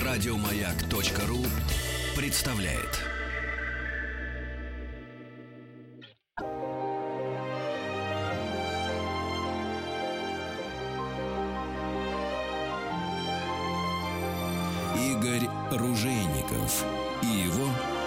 Радиомаяк.ру представляет. Игорь Ружейников и его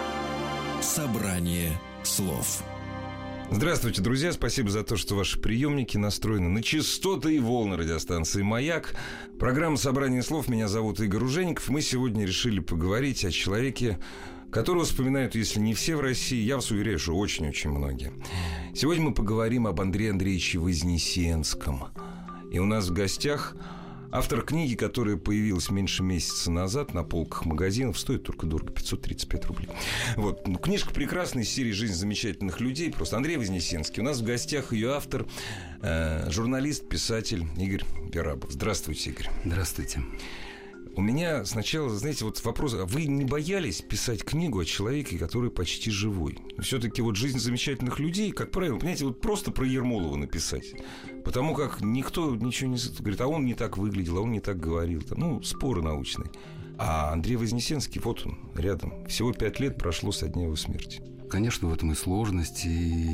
собрание слов. Здравствуйте, друзья. Спасибо за то, что ваши приемники настроены на частоты и волны радиостанции «Маяк». Программа «Собрание слов». Меня зовут Игорь Ружейников. Мы сегодня решили поговорить о человеке, которого вспоминают, если не все в России, я вас уверяю, что очень-очень многие. Сегодня мы поговорим об Андрее Андреевиче Вознесенском. И у нас в гостях автор книги, которая появилась меньше месяца назад на полках магазинов. Стоит только дорого, 535 рублей. Вот. Книжка прекрасная из серии «Жизнь замечательных людей». Просто Андрей Вознесенский. У нас в гостях ее автор, журналист, писатель Игорь Перабов. Здравствуйте, Игорь. Здравствуйте. У меня сначала, знаете, вот вопрос. А вы не боялись писать книгу о человеке, который почти живой? Все-таки вот «Жизнь замечательных людей», как правило, понимаете, вот просто про Ермолова написать. Потому как никто ничего не говорит, а он не так выглядел, а он не так говорил. Там, споры научные. А Андрей Вознесенский, вот он, рядом. Всего 5 лет прошло со дня его смерти. Конечно, в этом и сложности,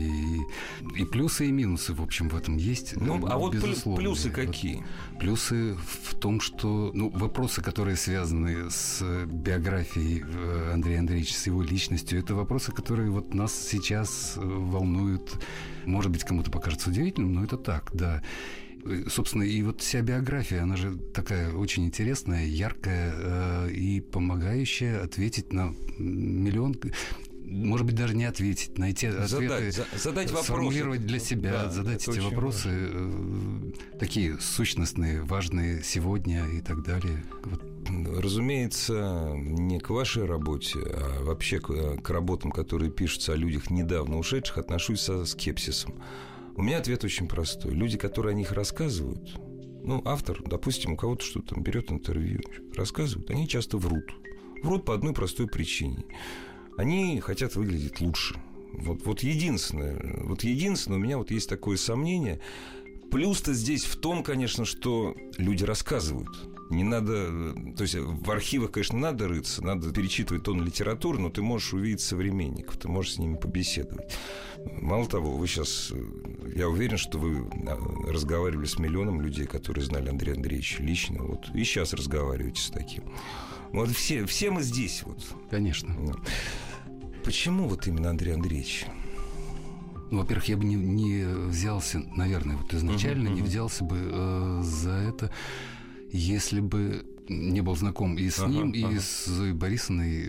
и плюсы, и минусы, в общем, в этом есть. А вот плюсы какие? Плюсы в том, что вопросы, которые связаны с биографией Андрея Андреевича, с его личностью, это вопросы, которые вот нас сейчас волнуют. Может быть, кому-то покажется удивительным, но это так, да. Собственно, и вот вся биография, она же такая очень интересная, яркая и помогающая ответить на миллион... Может быть, даже не ответить, найти ответы, задать вопросы, сформулировать для себя, да, задать эти вопросы, такие сущностные, важные сегодня и так далее. Вот. Разумеется, не к вашей работе, а вообще к работам, которые пишутся о людях, недавно ушедших, отношусь со скепсисом. У меня ответ очень простой. Люди, которые о них рассказывают, автор, допустим, у кого-то что-то там берет интервью, рассказывают, они часто врут. Врут по одной простой причине. Они хотят выглядеть лучше. Вот единственное, у меня вот есть такое сомнение. Плюс-то здесь в том, конечно, что люди рассказывают. Не надо... То есть в архивах, конечно, надо рыться, надо перечитывать тонны литературы, но ты можешь увидеть современников, ты можешь с ними побеседовать. Мало того, вы сейчас... Я уверен, что вы разговаривали с миллионом людей, которые знали Андрея Андреевича лично. Вот, и сейчас разговариваете с таким. Вот все мы здесь. Вот. Конечно. Почему вот именно Андрей Андреевич? Во-первых, я бы не взялся, наверное, вот изначально не взялся бы за это, если бы не был знаком и с ним, и с Зоей Борисовной,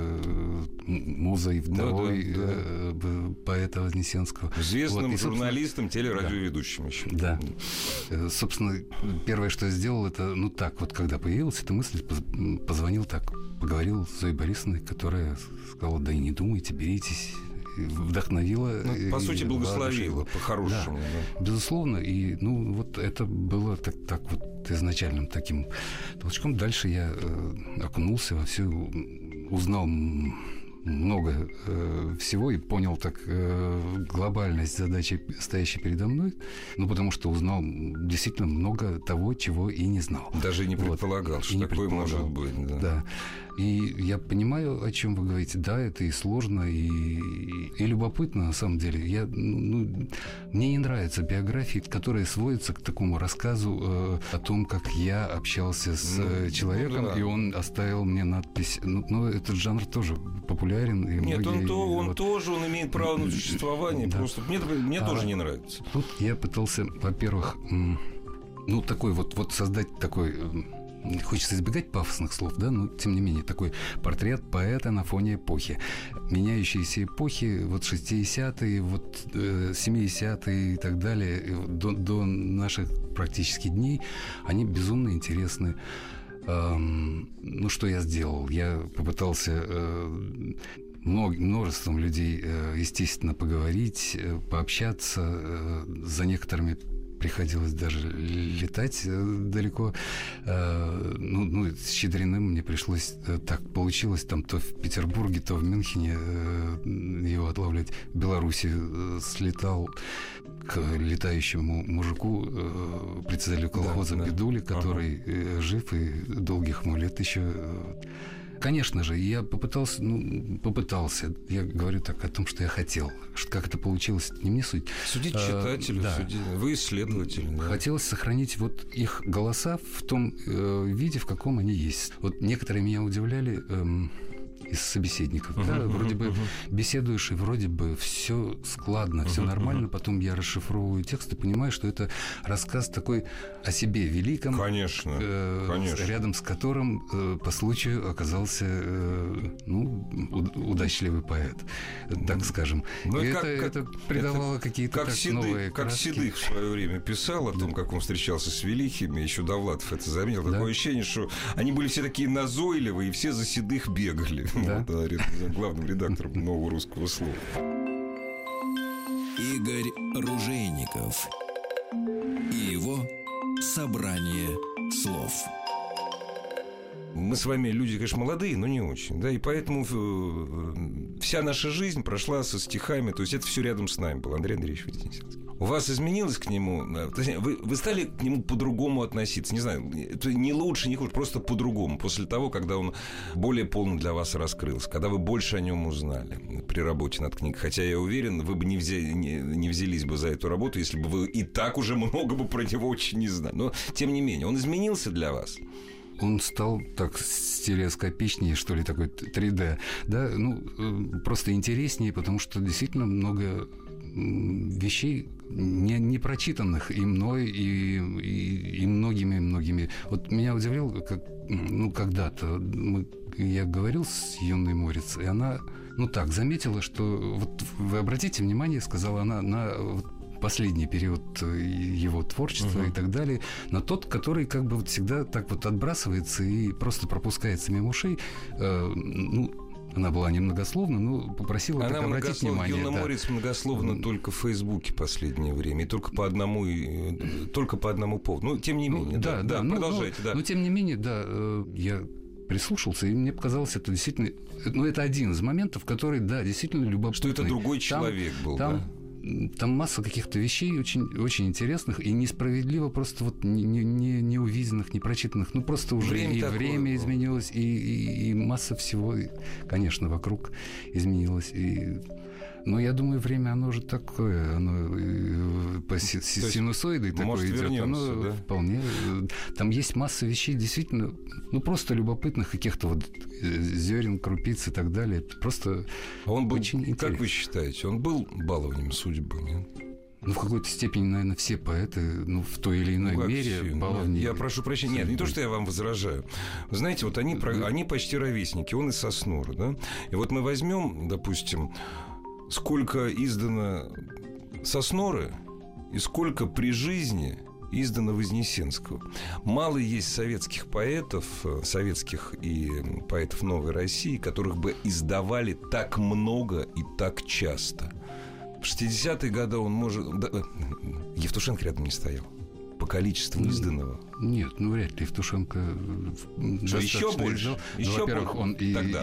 музой, вдовой поэта Вознесенского. Известным журналистом, телерадиоведущим еще. Да. Собственно, первое, что я сделал, это, когда появилась эта мысль, позвонил поговорил с Зоей Борисовной, которая сказала, да и не думайте, беритесь. Вдохновила. По сути, благословила, по-хорошему. Да, безусловно. И, это было так вот изначальным таким толчком. Дальше я окунулся во все, узнал много всего и понял глобальность задачи, стоящей передо мной, потому что узнал действительно много того, чего и не знал. Даже не предполагал, что такое может быть. Да. И я понимаю, о чем вы говорите. Да, это и сложно, и любопытно, на самом деле. Мне не нравятся биографии, которые сводятся к такому рассказу о том, как я общался с человеком, и он оставил мне надпись. Этот жанр тоже популярен. И нет, он тоже имеет право на существование. Да. Просто мне тоже не нравится. Тут я пытался, во-первых, такой создать такой... Хочется избегать пафосных слов, да, но тем не менее такой портрет поэта на фоне эпохи. Меняющиеся эпохи, 60-е, 70-е и так далее, до наших практически дней, они безумно интересны. Что я сделал? Я попытался множеством людей, естественно, поговорить, пообщаться, за некоторыми приходилось даже летать далеко. С Щедриным мне пришлось, так получилось, там то в Петербурге, то в Мюнхене его отлавливать. В Беларуси слетал к летающему мужику, председателю колхоза Бедули, который жив и долгих ему лет еще. Конечно же, я попытался, я говорю так о том, что я хотел. Как это получилось, не мне судить. Судить читателю, вы исследователь. Да. Хотелось сохранить вот их голоса в том виде, в каком они есть. Вот некоторые меня удивляли из собеседников. Вроде бы беседуешь, и вроде бы все складно, все нормально. Потом я расшифровываю текст и понимаю, что это рассказ такой о себе великом. Конечно. Рядом с которым по случаю оказался удачливый поэт, так скажем. И это придавало какие-то новые краски. Как Седых в свое время писал о том, как он встречался с великими, еще Довлатов это заметил. Такое ощущение, что они были все такие назойливые, и все за Седых бегали. Да. Главным редактором «Нового русского слова». Игорь Ружейников и его собрание слов. Мы с вами люди, конечно, молодые, но не очень, да, и поэтому вся наша жизнь прошла со стихами, то есть это все рядом с нами был, Андрей Андреевич Вознесенский. У вас изменилось к нему, вы стали к нему по-другому относиться, не знаю, это не лучше, не хуже, просто по-другому, после того, когда он более полно для вас раскрылся, когда вы больше о нем узнали при работе над книгой, хотя я уверен, вы бы не взялись бы за эту работу, если бы вы и так уже много бы про него очень не знали, но тем не менее, он изменился для вас? Он стал так стереоскопичнее, что ли, такой 3D, да, просто интереснее, потому что действительно много вещей не прочитанных и мной, и многими. Вот меня удивило, как, когда-то я говорил с юной Морец, и она, заметила, что, вот вы обратите внимание, сказала она, на последний период его творчества и так далее, на тот, который как бы всегда так вот отбрасывается и просто пропускается мимо ушей. Она была немногословна, но попросила так обратить внимание. Юна Морец многословна только в Фейсбуке в последнее время, и только по одному поводу. Тем не менее, продолжайте. Но тем не менее, я прислушался, и мне показалось, это действительно... это один из моментов, который, действительно любопытный. Что это другой человек был, Там масса каких-то вещей очень, очень интересных и несправедливо просто не увиденных, не прочитанных. Просто уже время изменилось, и масса всего, конечно, вокруг изменилось. Но я думаю, время, оно же такое, оно по синусоидой такое идет. Оно вполне... Там есть масса вещей, действительно, просто любопытных, каких-то зерен, крупиц и так далее. Это просто очень интересно. Как вы считаете, он был баловнем судьбы, нет? В какой-то степени, наверное, все поэты, в той или иной мере баловни. Я прошу прощения. Нет, не то, что я вам возражаю. Вы знаете, вот они почти ровесники, он из Соснора, да? И вот мы возьмем, допустим, сколько издано Сосноры и сколько при жизни издано Вознесенского. Мало есть советских поэтов, советских и поэтов Новой России, которых бы издавали так много и так часто. В 60-е годы он может... Евтушенко рядом не стоял. По количеству изданного. Нет, вряд ли. Евтушенко еще больше. Во-первых, он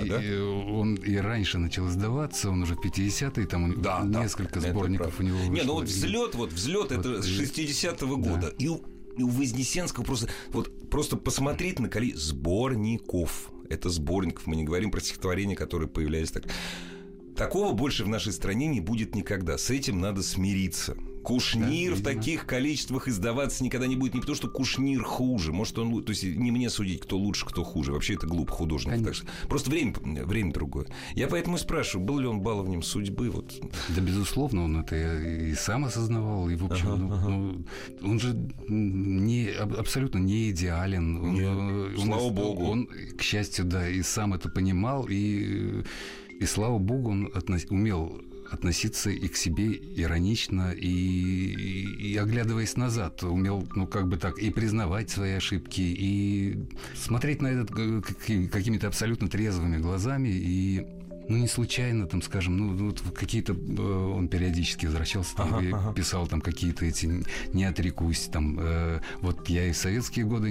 и раньше начал издаваться, он уже в 50-е, там несколько сборников у него вышло. Взлет это с 60-го года. И у Вознесенского просто посмотреть на количество сборников. Это сборников. Мы не говорим про стихотворения, которые появлялись так. Такого больше в нашей стране не будет никогда. С этим надо смириться. Кушнир в таких количествах издаваться никогда не будет. Не потому, что Кушнир хуже. Может, он... То есть, не мне судить, кто лучше, кто хуже. Вообще, это глупо, художник. Так что, просто время другое. Я поэтому и спрашиваю, был ли он баловнем судьбы? Да, безусловно, он это и сам осознавал. И, в общем, он же абсолютно не идеален. Слава богу. Он, к счастью, и сам это понимал. И слава богу, он умел относиться и к себе иронично, и оглядываясь назад, умел, и признавать свои ошибки, и смотреть на это какими-то абсолютно трезвыми глазами, и Ну, не случайно, там, скажем, ну, вот какие-то... Он периодически возвращался, там, писал там какие-то эти «не отрекусь», там... Вот я и в советские годы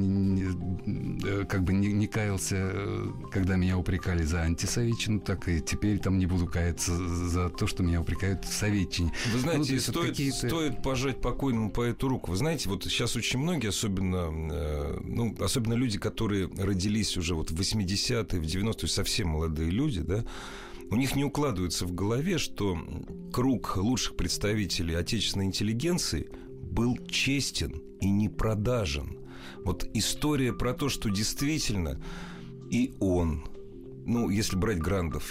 как бы не каялся, когда меня упрекали за антисоветчину, так и теперь там не буду каяться за то, что меня упрекают в советчине. Вы знаете, стоит пожать покойному поэту руку. Вы знаете, вот сейчас очень многие, особенно люди, которые родились уже вот в 80-е, в 90-е, совсем молодые люди, да, у них не укладывается в голове, что круг лучших представителей отечественной интеллигенции был честен и не продажен. Вот история про то, что действительно и он, ну, если брать Грандов,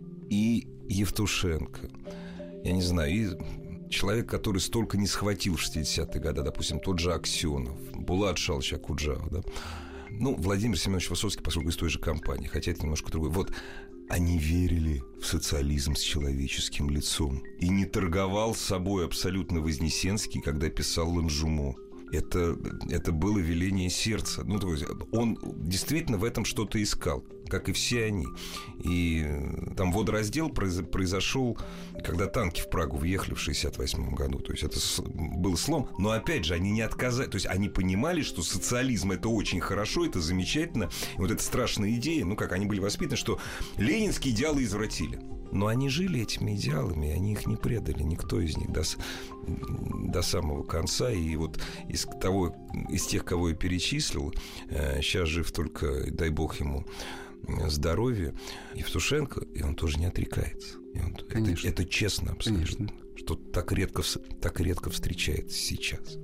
и Евтушенко, я не знаю, и человек, который столько не схватил в 60-е годы, допустим, тот же Аксенов, Булат Шалович Акуджава, да, ну, Владимир Семенович Высоцкий, поскольку из той же компании, хотя это немножко другое. Вот, они верили в социализм с человеческим лицом. И не торговал с собой абсолютно Вознесенский, когда писал «Ланжумо». Это было веление сердца. Ну, то есть он действительно в этом что-то искал, как и все они. И там водораздел произошел, когда танки в Прагу въехали в 1968 году. То есть это был слом. Но опять же, они не отказали. То есть они понимали, что социализм — это очень хорошо, это замечательно. И вот эта страшная идея, ну, как они были воспитаны, что ленинские идеалы извратили. Но они жили этими идеалами, и они их не предали, никто из них до самого конца. И вот из тех, кого я перечислил, сейчас жив только, дай бог ему здоровья, Евтушенко, и он тоже не отрекается. Это честно абсолютно, что так редко встречается сейчас.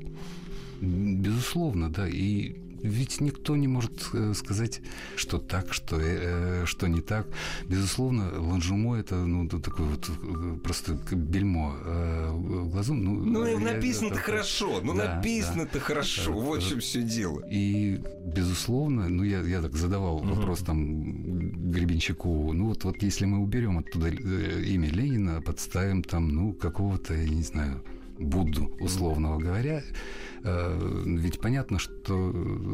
Безусловно, да, и ведь никто не может сказать, что так, что не так. Безусловно, Ланжумо — это, ну, такой вот просто бельмо в глазу. Написано-то хорошо. Написано-то хорошо. Вот в чем все дело. И, безусловно, я так задавал вопрос там Гребенщикову. Ну, вот если мы уберем оттуда имя Ленина, подставим там, ну, какого-то, я не знаю, Будду, условного говоря, ведь понятно, что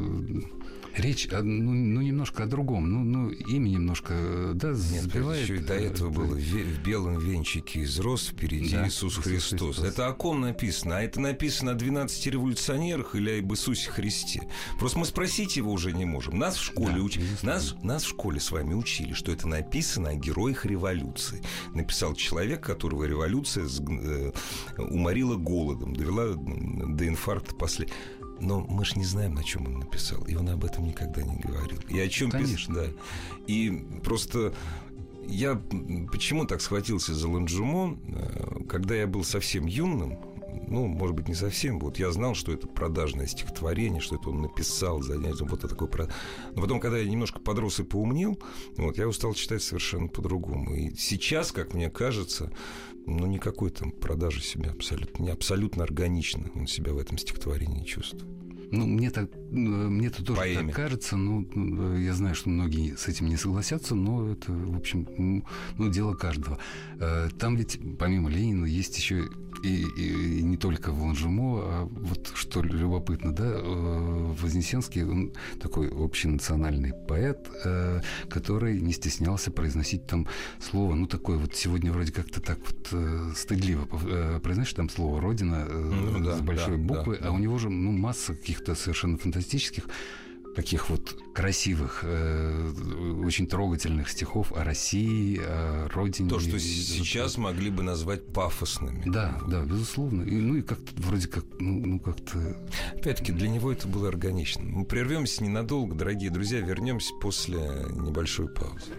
речь, немножко о другом. Имя немножко, да, сбивает. Еще и до этого было в белом венчике изрос впереди Иисус Христос. Это о ком написано? А это написано о 12 революционерах или об Иисусе Христе? Просто мы спросить его уже не можем. Нас в школе нас в школе с вами учили, что это написано о героях революции. Написал человек, которого революция уморила голодом, довела до инфаркта последнего. Но мы ж не знаем, на чем он написал. И он об этом никогда не говорил. И о чем писал. Да. И просто я почему так схватился за Ланжумо, когда я был совсем юным, ну, может быть, не совсем. Вот я знал, что это продажное стихотворение, что это он написал, занятие, вот это такое. Но потом, когда я немножко подрос и поумнел, вот, я стал читать совершенно по-другому. И сейчас, как мне кажется, ну, никакой там продажи себя абсолютно органично он себя в этом стихотворении не чувствует. Ну, мне-то тоже так кажется. Ну, я знаю, что многие с этим не согласятся, но это, в общем, дело каждого. Там ведь, помимо Ленина, есть еще и не только Ланжумо, а вот что любопытно, да, Вознесенский, он такой общенациональный поэт, который не стеснялся произносить там слово, ну, такое вот сегодня вроде как-то так вот стыдливо произносишь там слово «Родина» с большой буквы, а у него же, ну, масса каких-то совершенно фантастических, таких вот красивых, очень трогательных стихов о России, о родине. То, что сейчас могли бы назвать пафосными. Да, безусловно. И как-то вроде как, как-то... Опять-таки, для него это было органично. Мы прервемся ненадолго, дорогие друзья, вернемся после небольшой паузы.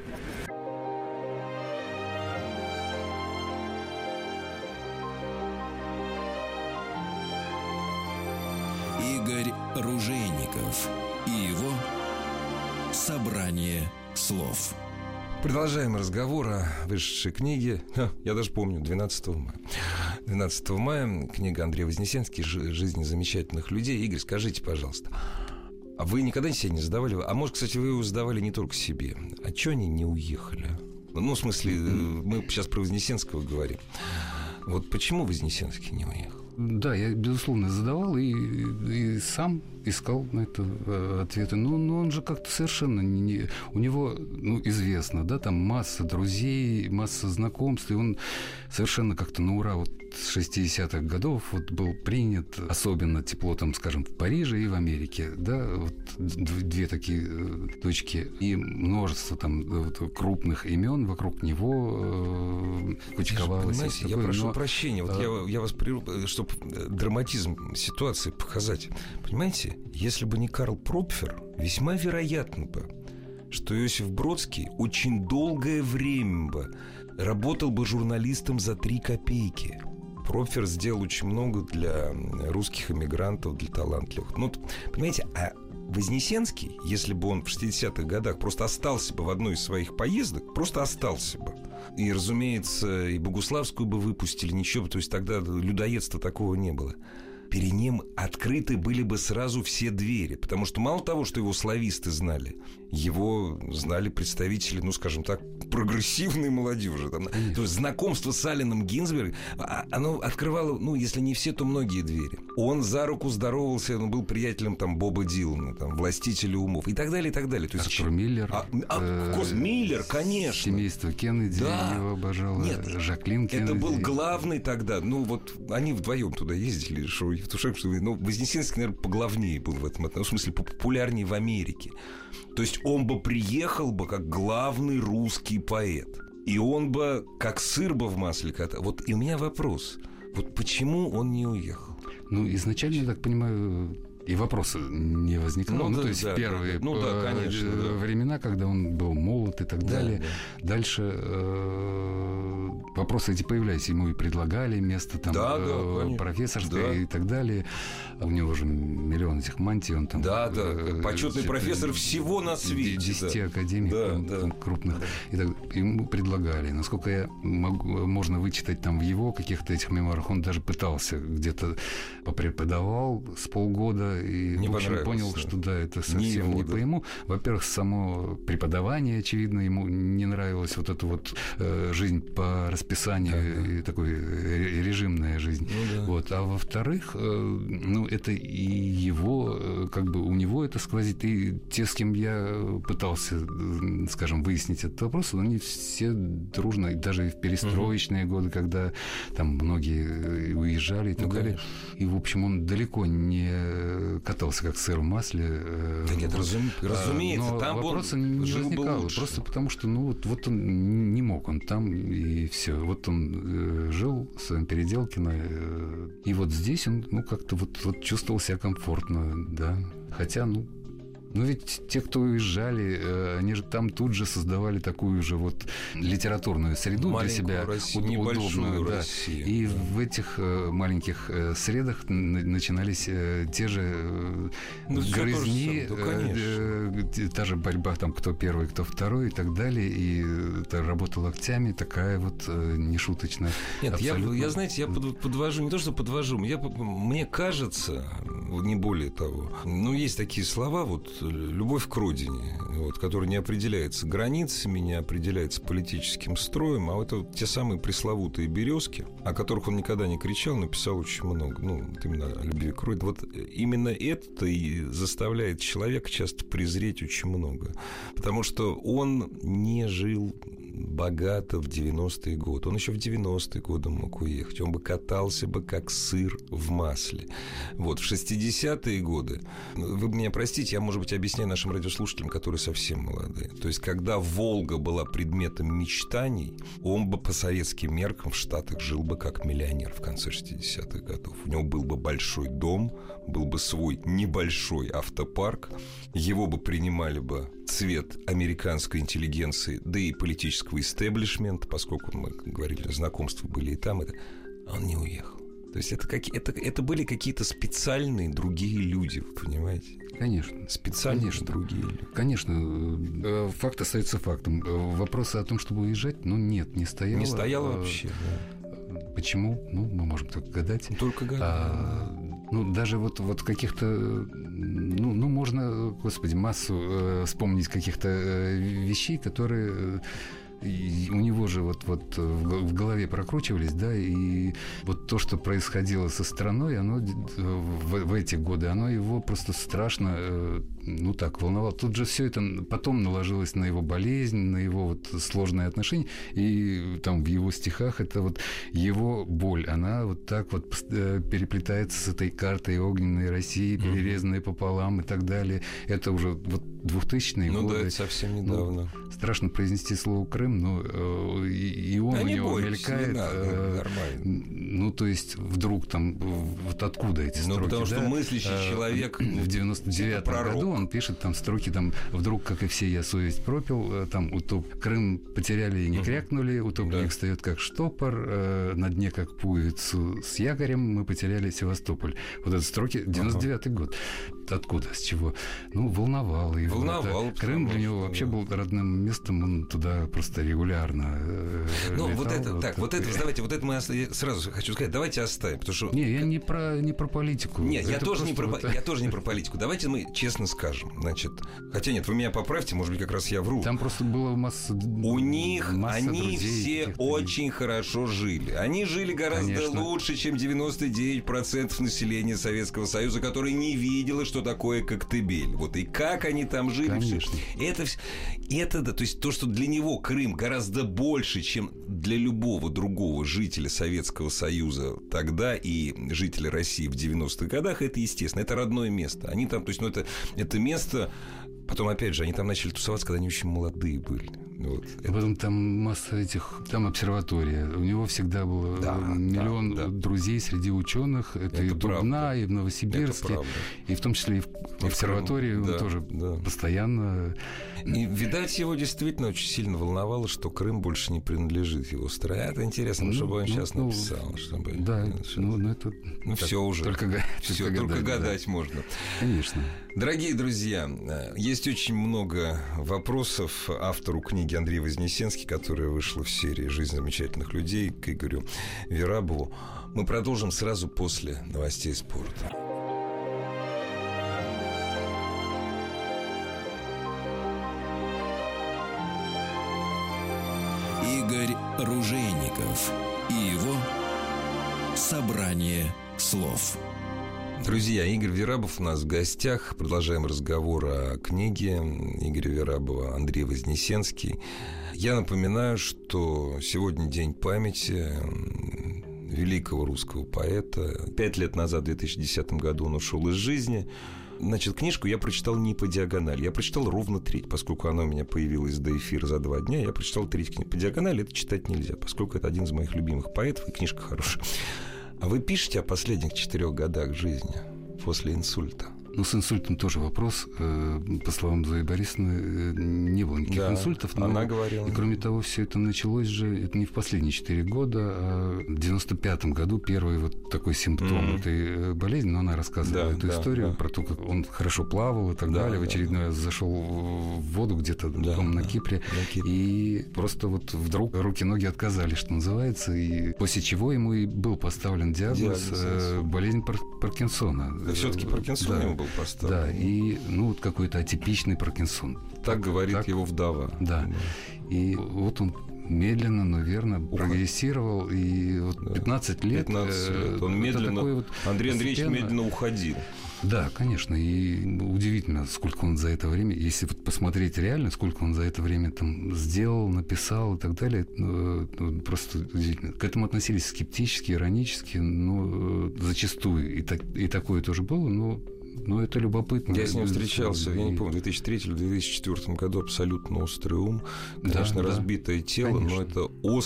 Игорь Ружейников и его «Собрание слов». Продолжаем разговор о вышедшей книге. Я даже помню, 12 мая. 12 мая книга Андрея Вознесенский «Жизни замечательных людей». Игорь, скажите, пожалуйста, а вы никогда себе не задавали... А может, кстати, вы его задавали не только себе. А чего они не уехали? Ну, в смысле, мы сейчас про Вознесенского говорим. Вот почему Вознесенский не уехал? Да, я, безусловно, задавал и сам искал на это ответы. Но он же как-то совершенно не... У него, известно, да, там масса друзей, масса знакомств, и он совершенно как-то на ура вот с 60-х годов вот был принят, особенно тепло там, скажем, в Париже и в Америке, да, вот две такие точки, и множество там вот крупных имен вокруг него кучковалось. Понимаете, я прошу прощения, вот я вас прерву, чтобы драматизм ситуации показать. Понимаете, если бы не Карл Пропфер, весьма вероятно бы, что Иосиф Бродский очень долгое время бы работал бы журналистом за 3 копейки. Пропфер сделал очень много для русских эмигрантов, для талантливых. Ну, понимаете, а Вознесенский, если бы он в 60-х годах просто остался бы в одной из своих поездок, просто остался бы. И, разумеется, и Богуславскую бы выпустили, ничего, то есть тогда людоедства такого не было. Перед ним открыты были бы сразу все двери. Потому что мало того, что его слависты знали, его знали представители, ну, скажем так, прогрессивной молодежи. Там, то есть знакомство с Алленом Гинзбергом, оно открывало, ну, если не все, то многие двери. Он за руку здоровался, он был приятелем там Боба Дилана, там, властителя умов и так далее, и так далее. То есть, Артур Миллер. Миллер, конечно. Семейство Кеннеди, да. Его обожало. Нет, Жаклин Кеннеди. Это был главный тогда. Ну, вот они вдвоем туда ездили, что Вознесенский, наверное, поглавнее был в этом, в смысле, популярнее в Америке. То есть он бы приехал бы как главный русский поэт. И он бы как сыр бы в масле катал. Вот и у меня вопрос. Вот почему он не уехал? Ну, изначально, я так понимаю, и вопроса не возникало. Ну, то есть в первые времена, когда он был молод и так далее. Да. Дальше вопросы эти появлялись. Ему и предлагали место там профессорское и так далее. У него же миллион этих мантий. Он там, почетный профессор всего на свете. 10 академиков крупных. И так, ему предлагали. Насколько можно вычитать там в его каких-то этих мемуарах, он даже пытался где-то попреподавал с полгода. И в общем, понял, что это совсем не по ему. Во-первых, само преподавание, очевидно, ему не нравилось. Вот эта вот жизнь по расписанию, и такой режимная жизнь. Вот. А во-вторых, это и его, как бы у него это сквозит. И те, с кем я пытался, скажем, выяснить этот вопрос, они все дружно, даже в перестроечные годы, когда там многие уезжали и так далее. И, в общем, он далеко не катался как сыр в масле. Да нет, разумеется, но там вопроса не возникало. Просто потому, что вот он не мог, он там, и все. Вот он жил в своем Переделкино, и вот здесь он, как-то вот чувствовал себя комфортно, да. Хотя, ведь те, кто уезжали, они же там тут же создавали такую же вот литературную среду маленькую для себя, удобную. Да. И в этих маленьких средах начинались те же грызни, та же борьба, там, кто первый, кто второй и так далее. И работа локтями такая вот нешуточная. Нет, я, знаете, я подвожу, не то, что подвожу, мне кажется, не более того, есть такие слова, любовь к родине, которая не определяется границами, не определяется политическим строем, а это те самые пресловутые березки, о которых он никогда не кричал, написал очень много, именно о любви к родине. Вот именно это и заставляет человека часто презреть очень много, потому что он не жил богато в 90-е годы. Он еще в 90-е годы мог уехать. Он бы катался бы как сыр в масле. В 60-е годы, вы меня простите, я, может быть, объясняю нашим радиослушателям, которые совсем молодые. То есть, когда Волга была предметом мечтаний, он бы по советским меркам в Штатах жил бы как миллионер в конце 60-х годов. У него был бы большой дом, был бы свой небольшой автопарк, его бы принимали бы цвет американской интеллигенции, да и политического истеблишмента, поскольку мы говорили, знакомства были и там, он не уехал. То есть это были какие-то специальные другие люди, вы понимаете? Конечно. Специальные другие люди. Конечно. Факт остается фактом. Вопроса о том, чтобы уезжать, нет, не стояло. Не стояло вообще, да. Почему? Мы можем только гадать. Только гадать. Даже вот каких-то... можно, господи, массу вспомнить каких-то вещей, которые... и у него же вот в голове прокручивались, да, и вот то, что происходило со страной, оно в эти годы, оно его просто страшно, ну так, волновало. Тут же все это потом наложилось на его болезнь, на его вот сложные отношения, и там в его стихах это вот его боль, она вот так вот переплетается с этой картой огненной России, перерезанной пополам и так далее. Это уже вот 2000-е годы. Ну да, это совсем недавно. Ну, страшно произнести слово «Крым», но и он у него мелькает. Нормально. Ну, то есть вдруг там, вот откуда эти строки? Ну, потому что мыслящий человек... В 99-м году он пишет там строки, там, вдруг, как и все, я совесть пропил, там, Крым потеряли и не крякнули, утопленник встает как штопор, на дне как пуговицу с якорем, мы потеряли Севастополь. Вот это строки, 99-й год. Откуда, с чего? Ну, волновало его. Волновало. Крым для него вообще был родным местом, он туда просто регулярно Ну, летал. вот это, так, вот это, давайте, вот это мы сразу хочу сказать, давайте оставим, потому что... Не, я не про политику. Нет, я тоже не про политику. Давайте мы честно скажем. Значит, хотя нет, вы меня поправьте, может быть, как раз я вру. Там просто было масса они друзей, все очень хорошо жили. Они жили гораздо лучше, чем 99% населения Советского Союза, которое не видело, что такое Коктебель. Вот и как они там жили. Конечно. Это да, то есть то, что для него Крым гораздо больше, чем для любого другого жителя Советского Союза тогда и жителя России в 90-х годах, это естественно, это родное место. Они там, то есть, ну, это место. Потом, опять же, они там начали тусоваться, когда они очень молодые были. Вот. А потом там масса этих... Там обсерватория. У него всегда было миллион друзей среди ученых. Это и в Дубна, и в Новосибирске. И в том числе и в обсерватории он тоже постоянно... И, видать, его действительно очень сильно волновало, что Крым больше не принадлежит его стране. Это интересно, чтобы он сейчас написал. Чтобы... Да, это... Ну, все уже. Только гадать можно. Конечно. Дорогие друзья, есть очень много вопросов автору книги Андрею Вознесенский, которая вышла в серии «Жизнь замечательных людей», к Игорю Верабову. Мы продолжим сразу после новостей спорта. Игорь Ружейников и его «Собрание слов». Друзья, Игорь Верабов у нас в гостях. Продолжаем разговор о книге Игоря Верабова «Андрей Вознесенский». Я напоминаю, что сегодня день памяти великого русского поэта. 5 лет назад, в 2010 году, он ушел из жизни. Значит, книжку я прочитал не по диагонали. Я прочитал ровно треть, поскольку она у меня появилась до эфира за 2 дня. Я прочитал треть книг. По диагонали это читать нельзя, поскольку это один из моих любимых поэтов, и книжка хорошая. А вы пишете о последних 4 годах жизни после инсульта? Ну, с инсультом тоже вопрос. По словам Зои Борисовны, не было никаких инсультов. Но, она говорила. И, кроме того, все это началось же, это не в последние 4 года, а в 95-м году первый вот такой симптом этой болезни, но она рассказывала эту историю про то, как он хорошо плавал и так далее. В очередной раз зашел в воду где-то на Кипре. И просто вот вдруг руки-ноги отказали, что называется. И после чего ему и был поставлен диагноз болезнь Паркинсона. Все-таки Паркинсон ему был поставлен. Да, и вот какой-то атипичный Паркинсон. Так говорит его вдова. Да. И вот он медленно, но верно прогрессировал. И вот 15 лет... 15 лет. Он медленно... Андрей Андреевич медленно уходил. Да, конечно. И удивительно, сколько он за это время... Если вот посмотреть реально, сколько он за это время там сделал, написал и так далее, просто удивительно. К этому относились скептически, иронически, но зачастую. И такое тоже было, но это любопытно. Я с ним встречался, я не помню, в 2003 или 2004 году, абсолютно острый ум. Конечно, разбитое тело, но это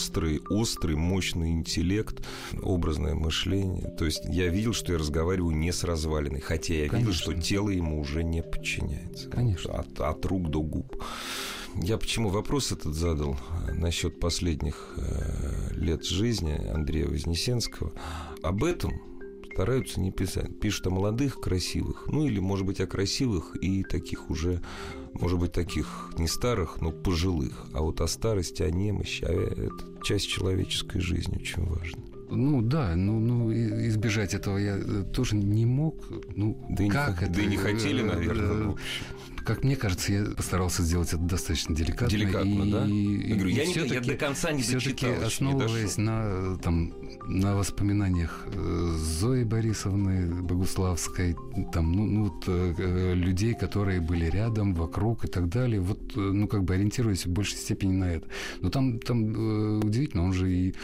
острый, мощный интеллект, образное мышление. То есть я видел, что я разговариваю не с развалиной, хотя я видел, что тело ему уже не подчиняется. Конечно. От рук до губ. Я почему вопрос этот задал насчет последних лет жизни Андрея Вознесенского? Об этом стараются не писать. Пишут о молодых, красивых. Или, может быть, о красивых и таких уже, может быть, таких не старых, но пожилых. А вот о старости, о немощи, это часть человеческой жизни очень важна. Избежать этого я тоже не мог. Да и не хотели, наверное. Как мне кажется, я постарался сделать это достаточно деликатно. Деликатно, да? Я говорю, я до конца не дочитал. Все-таки основываясь на воспоминаниях Зои Борисовны Богуславской, людей, которые были рядом, вокруг и так далее, ориентируясь в большей степени на это. Но там удивительно, он же и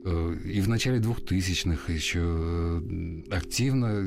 в начале 2000-х еще активно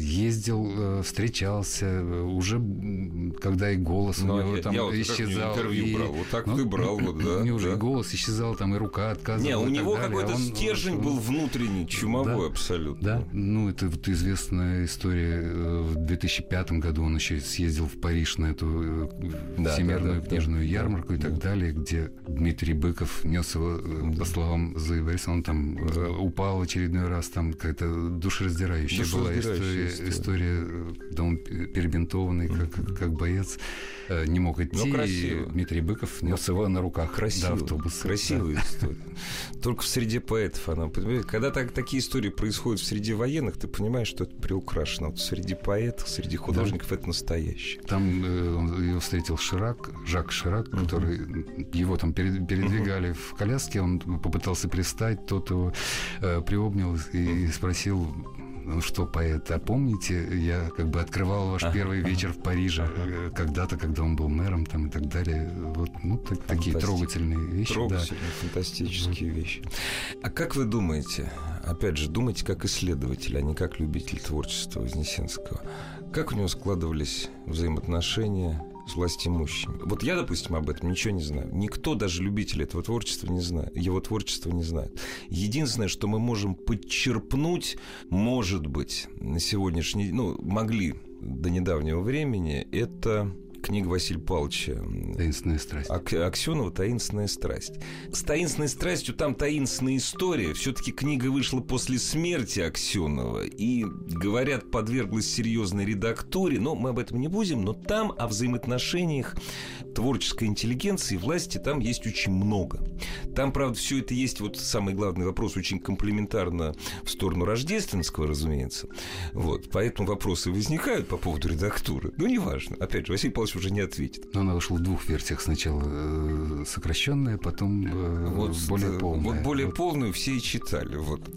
ездил, встречался, уже когда и голос у него там исчезал. Интервью брал, вот так ты брал, у него уже и голос исчезал, там и рука отказывала. Не, у него какой-то стержень был внутренний, чумовой абсолютно. Да, это вот известная история. В 2005 году он еще съездил в Париж на эту всемирную книжную ярмарку и так далее, где Дмитрий Быков нес его, по словам Зои Борисовны, он там упал очередной раз, там какая-то душераздирающая была история, когда он перебинтованный, как боец, не мог идти, и Дмитрий Быков нес его на руках до автобуса. Красивая история. Только в среде поэтов она, понимаете, когда такие истории происходят в среде военных, ты понимаешь, что это приукрашено. Вот среди поэтов, среди художников это настоящее. Там его встретил Жак Ширак, который его там передвигали в коляске, он попытался пристать, тот его приобнял и спросил: ну что, поэт, а помните, я открывал ваш первый вечер в Париже когда-то, когда он был мэром там и так далее. Вот, такие трогательные вещи. Трогательные, фантастические вещи. А как вы думаете, опять же, думайте как исследователь, а не как любитель творчества Вознесенского, как у него складывались взаимоотношения с властимущими? Вот я, допустим, об этом ничего не знаю. Никто, даже любитель этого творчества, не знает. Его творчество не знает. Единственное, что мы можем подчерпнуть, может быть, на сегодняшний... могли до недавнего времени, это книга Василия Павловича «Таинственная страсть». Аксенова «Таинственная страсть». С «Таинственной страстью» там таинственная история. Все-таки книга вышла после смерти Аксенова и, говорят, подверглась серьезной редактуре. Но мы об этом не будем. Но там о взаимоотношениях творческой интеллигенции и власти там есть очень много. Там, правда, все это есть, вот самый главный вопрос, очень комплементарно в сторону Рождественского, разумеется. Вот. Поэтому вопросы возникают по поводу редактуры. Но неважно. Опять же, Василий Павлович уже не ответит. Но она вышла в двух версиях. Сначала сокращенная, потом более полная. Вот более полную все и читали.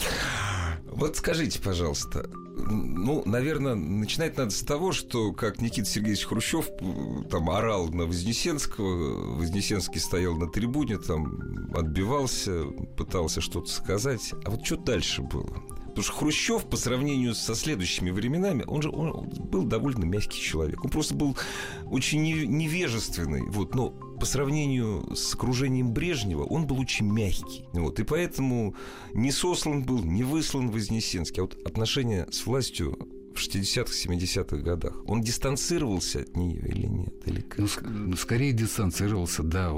Вот скажите, пожалуйста, наверное, начинать надо с того, что, как Никита Сергеевич Хрущев там орал на Вознесенского, Вознесенский стоял на трибуне, там отбивался, пытался что-то сказать. А вот что дальше было? Потому что Хрущев, по сравнению со следующими временами, он был довольно мягкий человек. Он просто был очень невежественный. Но по сравнению с окружением Брежнева он был очень мягкий. И поэтому не сослан был, не выслан Вознесенский. А вот отношения с властью в 60-х, 70-х годах, он дистанцировался от нее или нет? Или как? Скорее дистанцировался, да.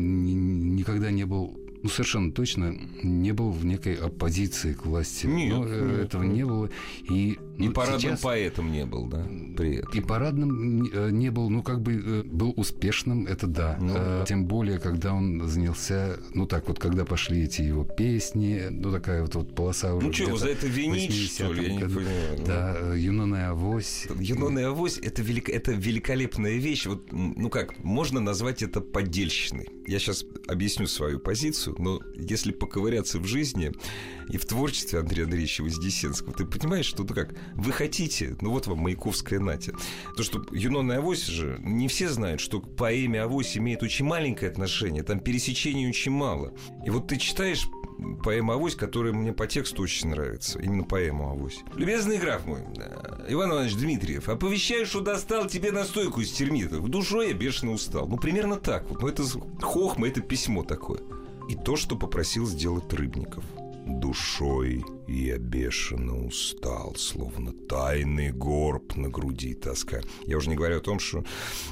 Он никогда не был... совершенно точно не был в некой оппозиции к власти. Нет. Этого не было. И парадным поэтом не был, да, при этом. И парадным не был, был успешным, это да. Тем более, когда он занялся, когда пошли эти его песни, такая вот полоса уже. Что, за это винить, что ли? Я не понимаю. Да, «Юноная авось». «Юноная авось» — это великолепная вещь. Можно назвать это поддельщиной. Я сейчас объясню свою позицию, но если поковыряться в жизни и в творчестве Андрея Андреевича Вознесенского, ты понимаешь, что вы хотите, вот вам Маяковская Натя. То, что «Юнона авось» же, не все знают, что к поэме «Авось» имеет очень маленькое отношение, там пересечений очень мало. И вот ты читаешь поэму «Авось», которая мне по тексту очень нравится. Именно поэму «Авось». «Любезный граф мой, Иван Иванович Дмитриев, оповещаю, что достал тебе настойку из термитов. Душой я бешено устал». Примерно так вот. Это хохма, это письмо такое. И то, что попросил сделать Рыбников. «Душой я бешено устал, словно тайный горб на груди тоска». Я уже не говорю о том, что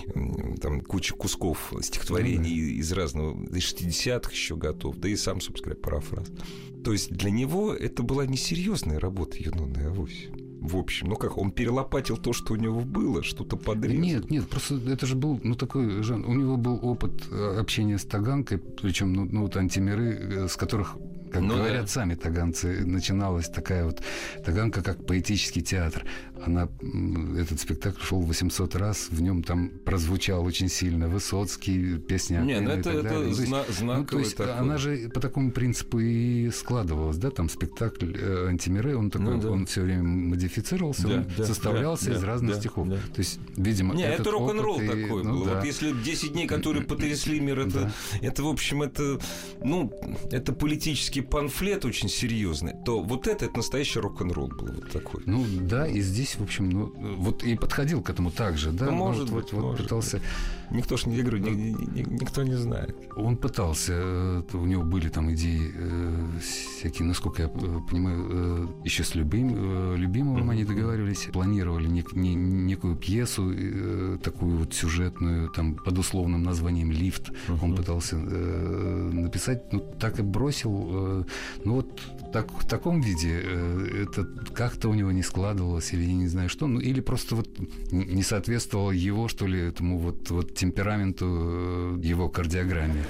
там куча кусков стихотворений из разного, из 60-х еще готов, да и сам, собственно говоря, парафраз. То есть для него это была несерьезная работа «Юнона авось». В общем, он перелопатил то, что у него было, что-то подрезал. Нет, просто это же был, такой жанр. У него был опыт общения с Таганкой, причем, антимиры, с которых, как говорят сами таганцы, начиналась такая вот Таганка как поэтический театр. этот спектакль шел 800 раз, в нем там прозвучал очень сильно Высоцкий, песня Нет, и так далее. знаковый то есть такой. она же по такому принципу и складывалась, да, там спектакль «Антимире», он такой, он все время модифицировался, он составлялся из разных стихов. Да. То есть, видимо, это рок-н-ролл такой был. Вот если 10 дней, которые потрясли мир, это в общем, это политический памфлет очень серьезный, то вот это настоящий рок-н-ролл был вот такой. Ну да, и здесь, в общем, вот и подходил к этому так же, да? Может быть. Пытался... Никто ж не говорю, никто не знает. Он пытался, у него были там идеи всякие, насколько я понимаю, еще с Любимовым они договаривались, планировали некую пьесу, такую вот сюжетную, там, под условным названием «Лифт». Он пытался написать, так и бросил, в таком виде это как-то у него не складывалось, или я не знаю что, или просто вот не соответствовало его, что ли, этому вот темпераменту, его кардиограмме.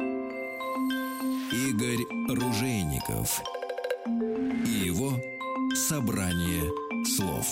Игорь Ружейников и его собрание слов.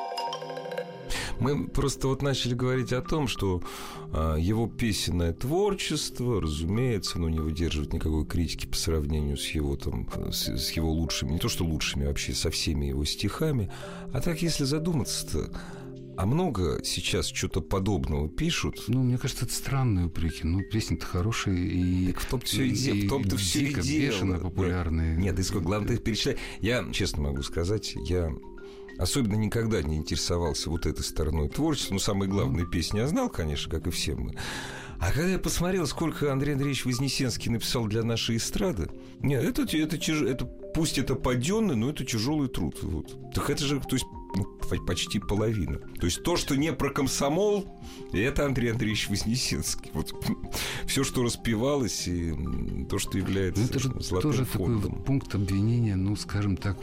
Мы просто вот начали говорить о том, что его песенное творчество, разумеется, не выдерживает никакой критики по сравнению с его, с его лучшими, не то что лучшими, вообще со всеми его стихами. А так, если задуматься-то, а много сейчас что-то подобного пишут? Мне кажется, это странные упреки. Песни-то хорошие и... Так в том-то все и дело. Бешено популярные. Нет, главное, ты перечисляй. Я, честно могу сказать, особенно никогда не интересовался вот этой стороной творчества. Самые главные песни я знал, конечно, как и все мы. А когда я посмотрел, сколько Андрей Андреевич Вознесенский написал для нашей эстрады, нет, это пусть это паденный, но это тяжелый труд. Вот. Так это же, то есть, почти половина. То есть то, что не про комсомол, это Андрей Андреевич Вознесенский. Вот все, что распевалось, и то, что является это же золотым тоже фондом. Такой пункт обвинения, скажем так,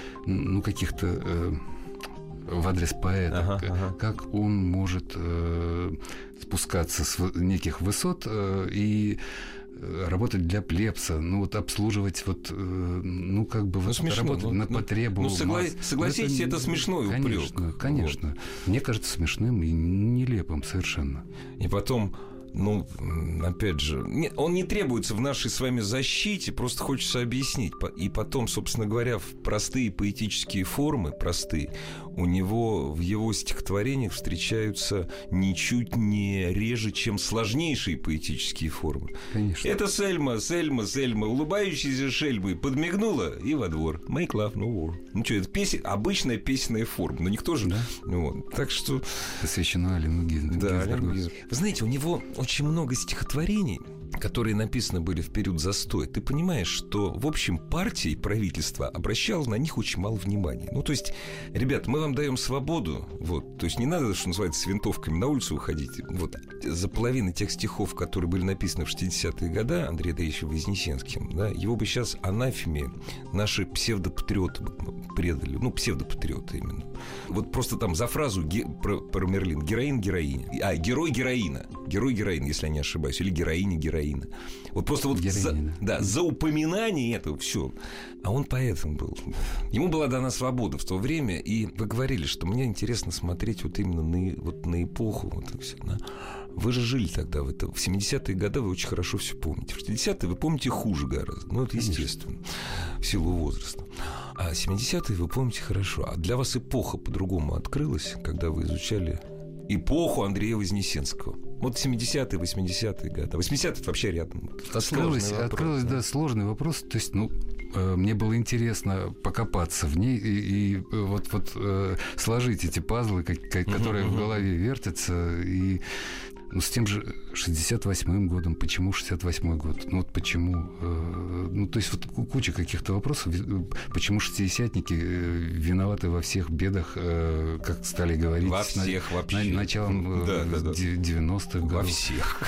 каких-то в адрес поэта. Как он может спускаться с неких высот и работать для плебса, обслуживать, смешно, работать на потребу. Согласитесь, это смешной упрек. Конечно. Мне кажется, смешным и нелепым совершенно. И потом, опять же, он не требуется в нашей с вами защите, просто хочется объяснить. И потом, собственно говоря, в простые поэтические формы, у него в его стихотворениях встречаются ничуть не реже, чем сложнейшие поэтические формы. Конечно. Это Сельма, улыбающаяся шельмой, подмигнула и во двор. Make love, no war. Это обычная песенная форма, но никто же... Да. Так что... Посвящено Алину Гинзбургу. Да, Вы знаете, у него очень много стихотворений, которые написаны были в период застоя. Ты понимаешь, что, в общем, партия и правительство обращало на них очень мало внимания. То есть, ребят, мы вам даем свободу, то есть не надо, что называется, с винтовками на улицу выходить. За половиной тех стихов, которые были написаны в 60-е годы Андреем Андреевичем Вознесенским, его бы сейчас анафеме наши псевдопатриоты предали. Псевдопатриоты именно. Просто там за фразу про Мерлин: героин-героиня. Герой-героина. Герой-героин, если я не ошибаюсь. Или героиня-героина. За упоминание этого все. А он поэтом был. Ему была дана свобода в то время, и вы говорили, что мне интересно смотреть именно на эпоху. Вы же жили тогда в 70-е годы, вы очень хорошо все помните. В 60-е вы помните хуже гораздо. Это естественно, в силу возраста. А 70-е вы помните хорошо. А для вас эпоха по-другому открылась, когда вы изучали эпоху Андрея Вознесенского? 70-е, 80-е годы. 80-е это вообще рядом. Открылось, сложный вопрос. То есть, мне было интересно покопаться в ней и сложить эти пазлы, которые в голове вертятся. И с тем же 68-м годом. Почему 68-й год? Почему? То есть куча каких-то вопросов. Почему шестидесятники виноваты во всех бедах, как стали говорить, во всех вообще. Началом 90-х годов. Во всех.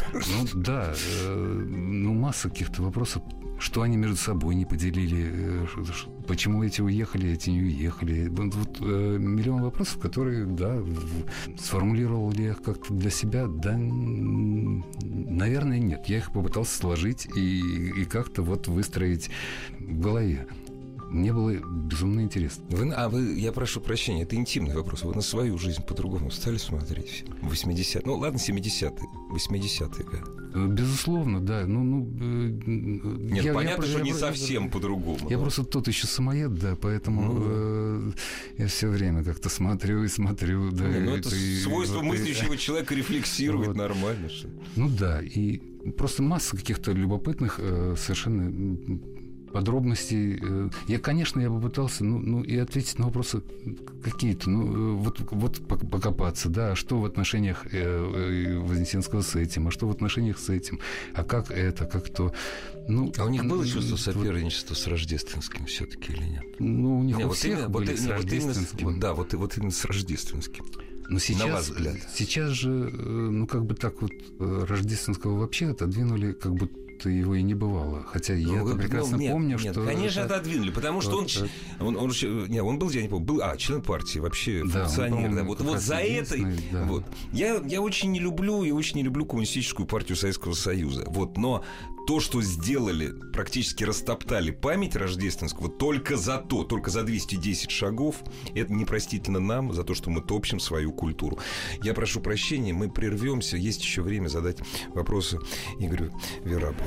Масса каких-то вопросов. Что они между собой не поделили? Почему эти уехали, эти не уехали? Миллион вопросов, которые, сформулировал ли я их как-то для себя? Да, наверное, нет. Я их попытался сложить и как-то выстроить в голове. мне было безумно интересно. Я прошу прощения, это интимный вопрос. Вы на свою жизнь по-другому стали смотреть? 80-е, ну ладно, 70-е, 80-е годы. Безусловно, да. Нет, понятно, что не совсем по-другому. Я просто тот еще самоед, да, поэтому я все время как-то смотрю. Да, это свойство мыслящего человека рефлексировать нормально. Что? Ну да, и просто масса каких-то любопытных совершенно подробностей. Я попытался, и ответить на вопросы какие-то, вот покопаться, да, а что в отношениях Вознесенского с этим, а что в отношениях с этим, а как это, как то. А у них было чувство соперничества с Рождественским все-таки или нет? У них у всех были с Рождественским. Да, вот именно с Рождественским. Но сейчас, на ваш взгляд. Сейчас же, Рождественского вообще отодвинули, как будто его и не бывало. Хотя я прекрасно помню, что... Конечно, отодвинули, потому что он был, я не помню, был член партии, вообще функционер. Да, вот за это... Да. Вот. Я очень не люблю коммунистическую партию Советского Союза. Но то, что сделали, практически растоптали память Рождественского только за 210 шагов, это непростительно нам за то, что мы топчем свою культуру. Я прошу прощения, мы прервемся. Есть еще время задать вопросы Игорю Верабову.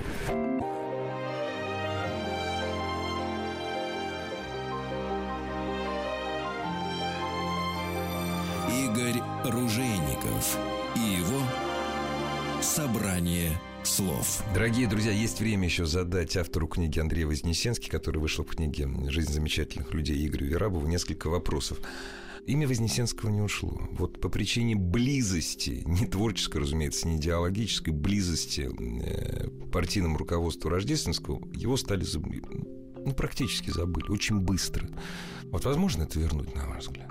Игорь Ружейников и его «Собрание слов». Дорогие друзья, есть время еще задать автору книги Андрею Вознесенски, который вышел в книге «Жизнь замечательных людей» Игорю Верабову, несколько вопросов. Имя Вознесенского не ушло. Вот по причине близости, не творческой, разумеется, не идеологической, близости партийному руководству Рождественского, его стали практически забыли, очень быстро. Вот возможно это вернуть, на ваш взгляд?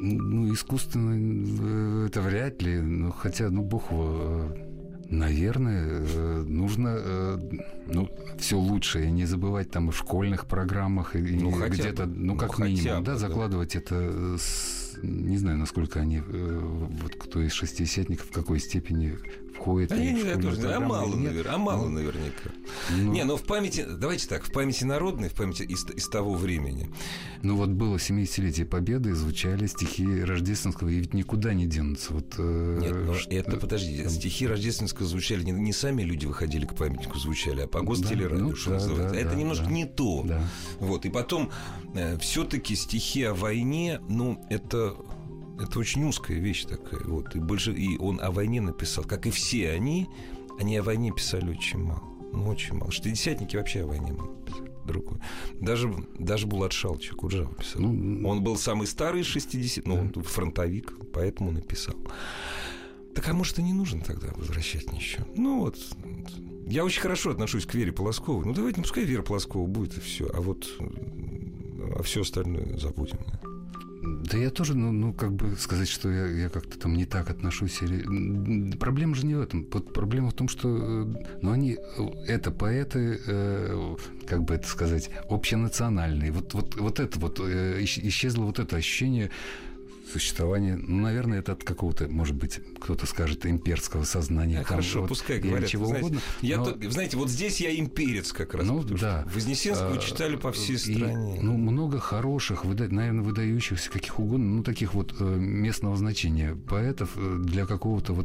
Искусственно это вряд ли. Хотя, бог его... Наверное, нужно все лучшее не забывать там в школьных программах и где-то, как минимум, закладывать это. Не знаю, насколько они, кто из шестидесятников, в какой степени входит. Мало наверняка. В памяти, давайте так, в памяти народной, в памяти из того времени. Было 70-летие Победы, звучали стихи Рождественского, и ведь никуда не денутся. Подождите, стихи Рождественского звучали, не сами люди выходили к памятнику, звучали, а по гостелерадио, что называется. Это немножко не то. Да. И потом, все-таки стихи о войне, это очень узкая вещь такая. И он о войне написал, как и все они о войне писали очень мало. Очень мало. Шестидесятники вообще о войне мало писали. Другой. Даже Булат Шалович Окуджава писал. Он был самый старый из 60, он фронтовик, поэтому написал. Так, а может, и не нужно тогда возвращать ничего? Я очень хорошо отношусь к Вере Полосковой. Давайте, пускай Вера Полоскова будет, и все. А все остальное забудем. Да я тоже, сказать, что я как-то там не так отношусь. Проблема же не в этом. Проблема в том, что они, это поэты, как бы это сказать, общенациональные. Исчезло это ощущение существования, наверное, это от какого-то, может быть, кто-то скажет, имперского сознания. Хорошо, пускай говорят. Чего угодно. Знаете, здесь я имперец как раз. Вознесенского читали по всей стране. Много хороших, наверное, выдающихся, каких угодно, таких местного значения поэтов для какого-то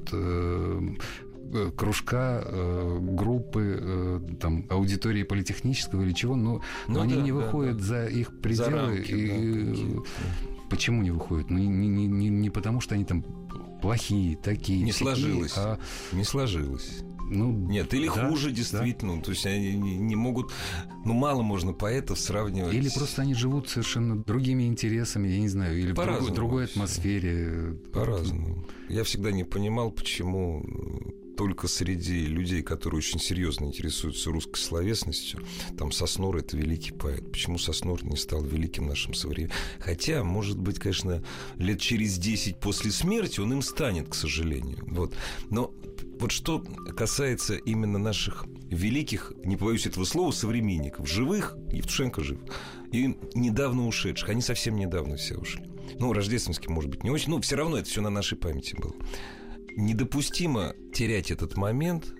кружка, группы, аудитории политехнического или чего, но они не выходят за их пределы. За рамки, Почему не выходят? Не потому, что они там плохие, такие. Не сложилось. Не сложилось. Нет, или хуже, действительно. Да. То есть они не могут... мало можно поэтов сравнивать. Или просто они живут совершенно другими интересами, я не знаю, или в другой атмосфере. По-разному. Я всегда не понимал, почему... только среди людей, которые очень серьезно интересуются русской словесностью, Соснор — это великий поэт. Почему Соснор не стал великим нашим современником? Хотя, может быть, конечно, лет через 10 после смерти он им станет, к сожалению. Но что касается именно наших великих, не побоюсь этого слова, современников, живых, Евтушенко жив, и недавно ушедших, они совсем недавно все ушли. Рождественский, может быть, не очень, но все равно это все на нашей памяти было. Недопустимо терять этот момент,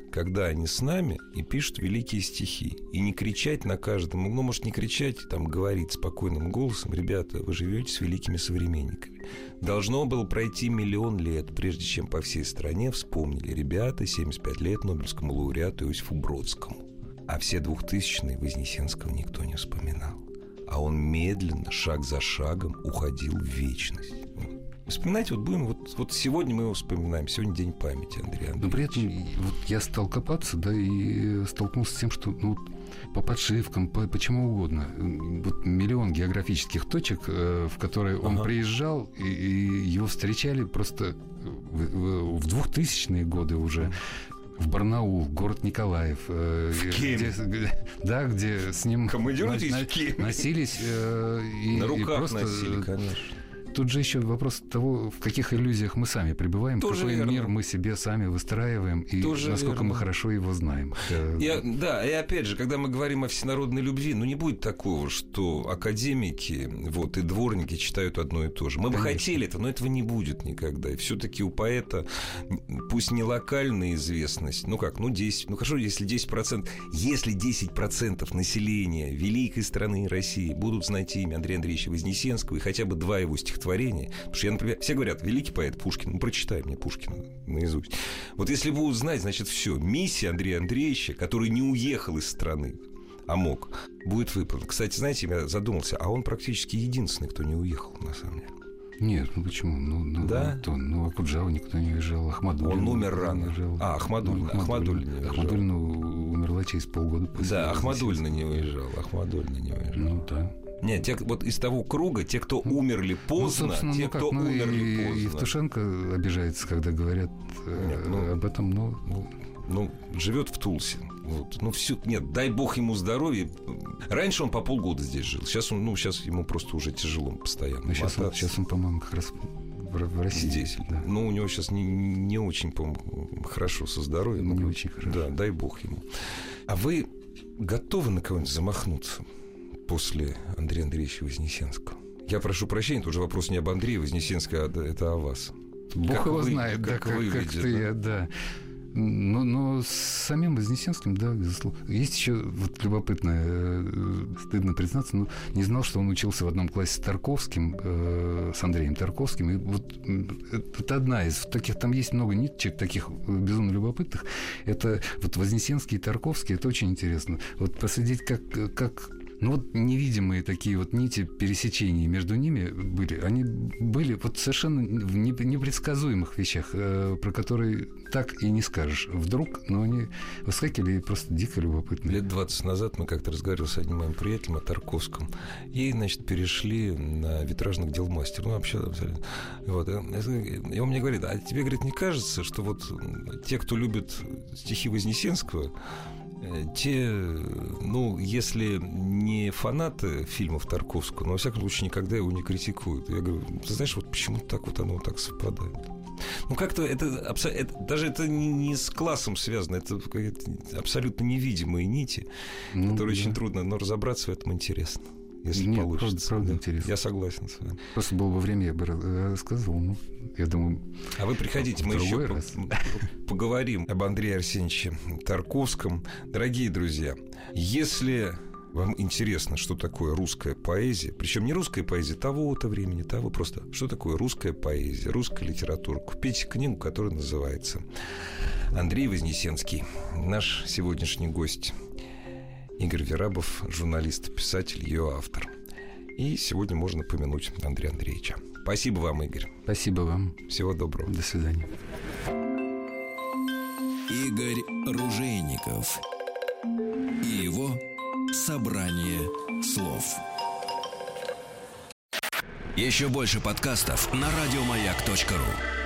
когда они с нами и пишут великие стихи. И не кричать на каждом, ну, может, не кричать, там, говорить спокойным голосом: ребята, вы живете с великими современниками. Должно было пройти 1 000 000 лет, прежде чем по всей стране вспомнили: ребята, 75 лет Нобелевскому лауреату Иосифу Бродскому. А все 2000-е Вознесенского никто не вспоминал. А он медленно, шаг за шагом уходил в вечность. Вспоминать вот будем, вот сегодня мы его вспоминаем, сегодня день памяти Андрея Андреевича. Но при этом вот я стал копаться, да, и столкнулся с тем, что по подшивкам, по чему угодно. Вот 1 000 000 географических точек, в которые он приезжал, и его встречали просто в 2000-е годы уже. В Барнаул, город Николаев. В Кеме. Где с ним носились. На руках носили, конечно. Тут же еще вопрос того, в каких иллюзиях мы сами пребываем, тоже какой верно. Мир мы себе сами выстраиваем и тоже насколько верно. Мы хорошо его знаем. Да, и опять же, когда мы говорим о всенародной любви, не будет такого, что академики и дворники читают одно и то же. Мы бы хотели это, но этого не будет никогда. И все-таки у поэта, пусть не локальная известность, 10, хорошо, если 10%, если 10% населения великой страны России будут знать имя Андрея Андреевича Вознесенского и хотя бы 2 его стихотворения. Потому что я, например, все говорят: великий поэт Пушкин, прочитай мне Пушкина наизусть. Вот если будут знать, значит, все. Миссия Андрея Андреевича, который не уехал из страны, а мог, будет выполнена. Кстати, знаете, я задумался, а он практически единственный, кто не уехал, на самом деле. Нет, почему? Да? Акуджава никто не уезжал, Ахмадуллин. Он умер рано. Ахмадуллина умерла через полгода после. Да, Ахмадуллина не уезжал. Да. Нет, из того круга, те, кто умерли поздно, кто умерли поздно. Евтушенко обижается, когда говорят об этом, живет в Тулсе. Нет, дай бог ему здоровья. Раньше он по полгода здесь жил. Сейчас ему просто уже тяжело постоянно. Сейчас он, по-моему, как раз в России. Здесь. Да. У него сейчас не очень, по-моему, хорошо со здоровьем. Не очень хорошо. Да, дай бог ему. А вы готовы на кого-нибудь замахнуться после Андрея Андреевича Вознесенского? Я прошу прощения, тут же вопрос не об Андрее Вознесенском, а это о вас. Бог его знает, как-то я, да. Но с самим Вознесенским, да, безусловно. Есть еще любопытное, стыдно признаться, не знал, что он учился в одном классе с Тарковским, с Андреем Тарковским. И это одна из таких, там есть много ниточек таких безумно любопытных. Это Вознесенский и Тарковский, это очень интересно. Последить, как невидимые такие нити пересечений между ними были. Они были совершенно в непредсказуемых вещах, про которые так и не скажешь. Вдруг, но они выскакивали и просто дико любопытные. Лет 20 назад мы как-то разговаривали с одним моим приятелем о Тарковском. И, перешли на витражных дел мастер. Вообще, абсолютно. И он мне говорит: а тебе, говорит, не кажется, что те, кто любит стихи Вознесенского, те, если не фанаты фильмов Тарковского, но, во всяком случае, никогда его не критикуют. Я говорю: ты знаешь, почему оно так совпадает? Как-то это даже это не с классом связано, это абсолютно невидимые нити, которые очень трудно, но разобраться в этом интересно. Если получится. Правда интересно. Я согласен с вами. Просто было бы время, я бы рассказывал. Я думаю... А вы приходите, мы еще поговорим об Андрее Арсеньевиче Тарковском. Дорогие друзья, если вам интересно, что такое русская поэзия, причем не русская поэзия того-то времени, просто что такое русская поэзия, русская литература, купите книгу, которая называется «Андрей Вознесенский». Наш сегодняшний гость Игорь Верабов, журналист, писатель, ее автор. И сегодня можно помянуть Андрея Андреевича. Спасибо вам, Игорь. Спасибо вам. Всего доброго. До свидания. Игорь Ружейников и его собрание слов. Еще больше подкастов на радиомаяк.ру.